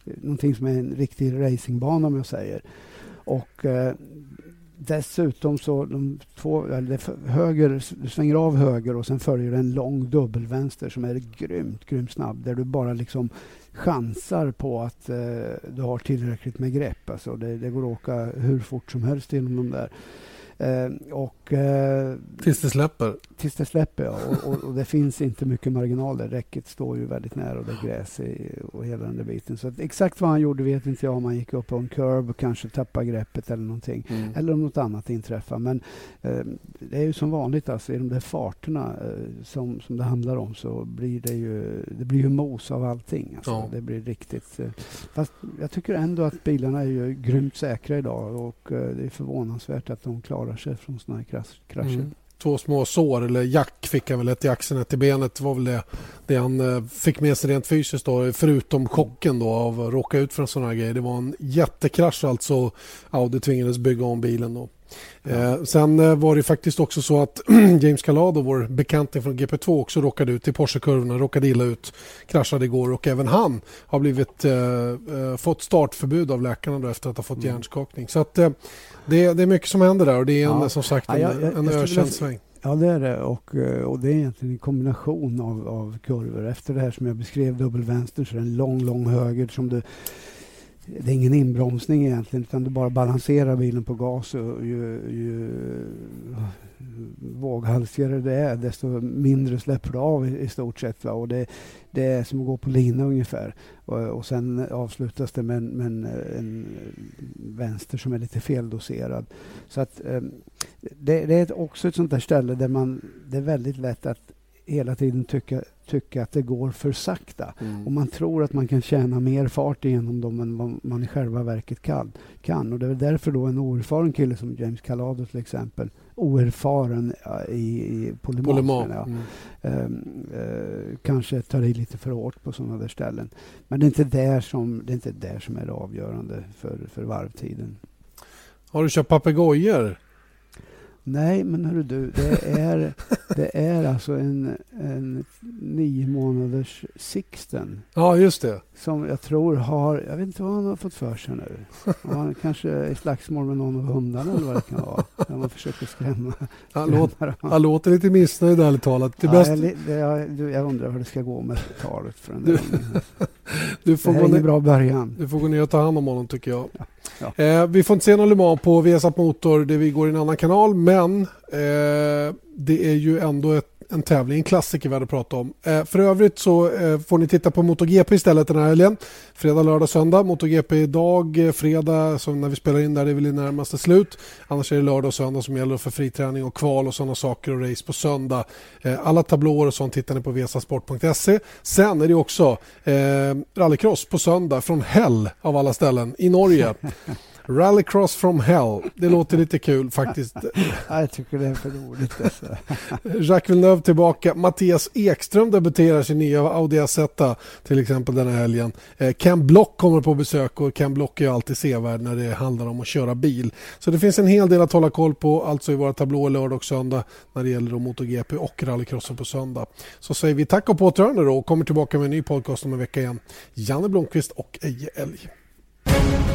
någonting som är en riktig racingbana om jag säger. Och eh, dessutom så de två, eller höger, du svänger av höger och sen följer en lång dubbelvänster som är grymt, grymt snabb. Där du bara liksom chansar på att eh, du har tillräckligt med grepp. Alltså det, det går att åka hur fort som helst genom de där. Eh, och, eh, tills det släpper. Tills det släpper, ja. Och, och, och det finns inte mycket marginaler. Räcket står ju väldigt nära och det är gräs i, och hela den där biten. Så att exakt vad han gjorde vet inte jag, om han gick upp på en curve och kanske tappade greppet eller någonting. Mm. Eller om något annat inträffar. Men eh, det är ju som vanligt, alltså, i de där farterna eh, som, som det handlar om, så blir det ju, det blir ju mos av allting. Alltså. Ja. Det blir riktigt... Eh, fast jag tycker ändå att bilarna är ju grymt säkra idag och eh, det är förvånansvärt att de klarar sig från såna här krasch, krascher. Mm. Två små sår, eller jack fick han väl, ett i axeln, ett i benet, var väl det, det han eh, fick med sig rent fysiskt då, förutom chocken då av att råka ut för en sån här grej. Det var en jättekrasch alltså, Audi tvingades bygga om bilen då. Ja. Eh, sen eh, var det faktiskt också så att James Calado, vår bekanting från G P två, också råkade ut i Porsche-kurvorna, råkade illa ut, kraschade igår, och även han har blivit eh, eh, fått startförbud av läkarna då, efter att ha fått mm. hjärnskakning. Så att eh, det, det är mycket som händer där, och det är en, ja. som sagt en, ja, jag, jag, en ökänd sväng. Ja, det är det, och, och det är egentligen en kombination av, av kurvor. Efter det här som jag beskrev, dubbelvänster, så är det en lång, lång höger som du... Det är ingen inbromsning egentligen, utan du bara balanserar bilen på gas, och ju, ju våghalsigare det är, desto mindre släpper du av i, i stort sett. Va? Och det, det är som att gå på lina ungefär. Och, och sen avslutas det med en, med en, en vänster som är lite feldoserad. Så att eh, det, det är också ett sånt där ställe där man, det är väldigt lätt att hela tiden tycka, tycka att det går för sakta. Mm. Och man tror att man kan tjäna mer fart igenom dem än vad man i själva verket kan. kan. Och det är därför då en oerfaren kille som James Calado till exempel, oerfaren i, i polymasen, ja. mm. eh, eh, kanske tar i lite för hårt på sådana där ställen. Men det är inte där som, det är inte där som är det avgörande för, för varvtiden. Har du köpt papegojor? Nej, men hörru du, det är, det är alltså en, en nio månaders Sixten. Ja, just det. Som jag tror har, jag vet inte vad han har fått för sig nu. Han kanske är i slagsmål med någon av hundarna eller vad det kan vara. Där man försöker skrämma. Han, låt, han låter lite missnöjd, ärligt talat. Det ja, bäst... jag, det, jag, jag undrar hur det ska gå med talet för den du, du får det är gå ingen bra början. Du får gå ner och ta hand om honom, tycker jag. Ja. Ja. Eh, vi får inte se någon Le Mans på Viasat Motor, det vi går i en annan kanal, men eh, det är ju ändå ett, en tävling, en klassiker vi hade pratat om. Eh, för övrigt så eh, får ni titta på MotoGP istället den här helgen. Fredag, lördag, söndag. MotoGP idag, eh, fredag, så när vi spelar in där, det är väl i närmaste slut. Annars är det lördag och söndag som gäller för friträning och kval och sådana saker, och race på söndag. Eh, alla tablåer och sånt hittar ni på viasasport punkt se. Sen är det också eh, rallycross på söndag från Hell av alla ställen i Norge. Rallycross from Hell. Det låter lite kul faktiskt. Ja, jag tycker det är för roligt. Alltså. Jacques Villeneuve tillbaka. Mattias Ekström debuterar sin nya Audi A Z till exempel den här helgen. Eh, Ken Block kommer på besök, och Ken Block är ju alltid sevärd när det handlar om att köra bil. Så det finns en hel del att hålla koll på, alltså i våra tablåer lördag och söndag när det gäller MotoGP och rallycrossen på söndag. Så säger vi tack och påtrörande då, och kommer tillbaka med en ny podcast om en vecka igen. Janne Blomqvist och Eje Elg.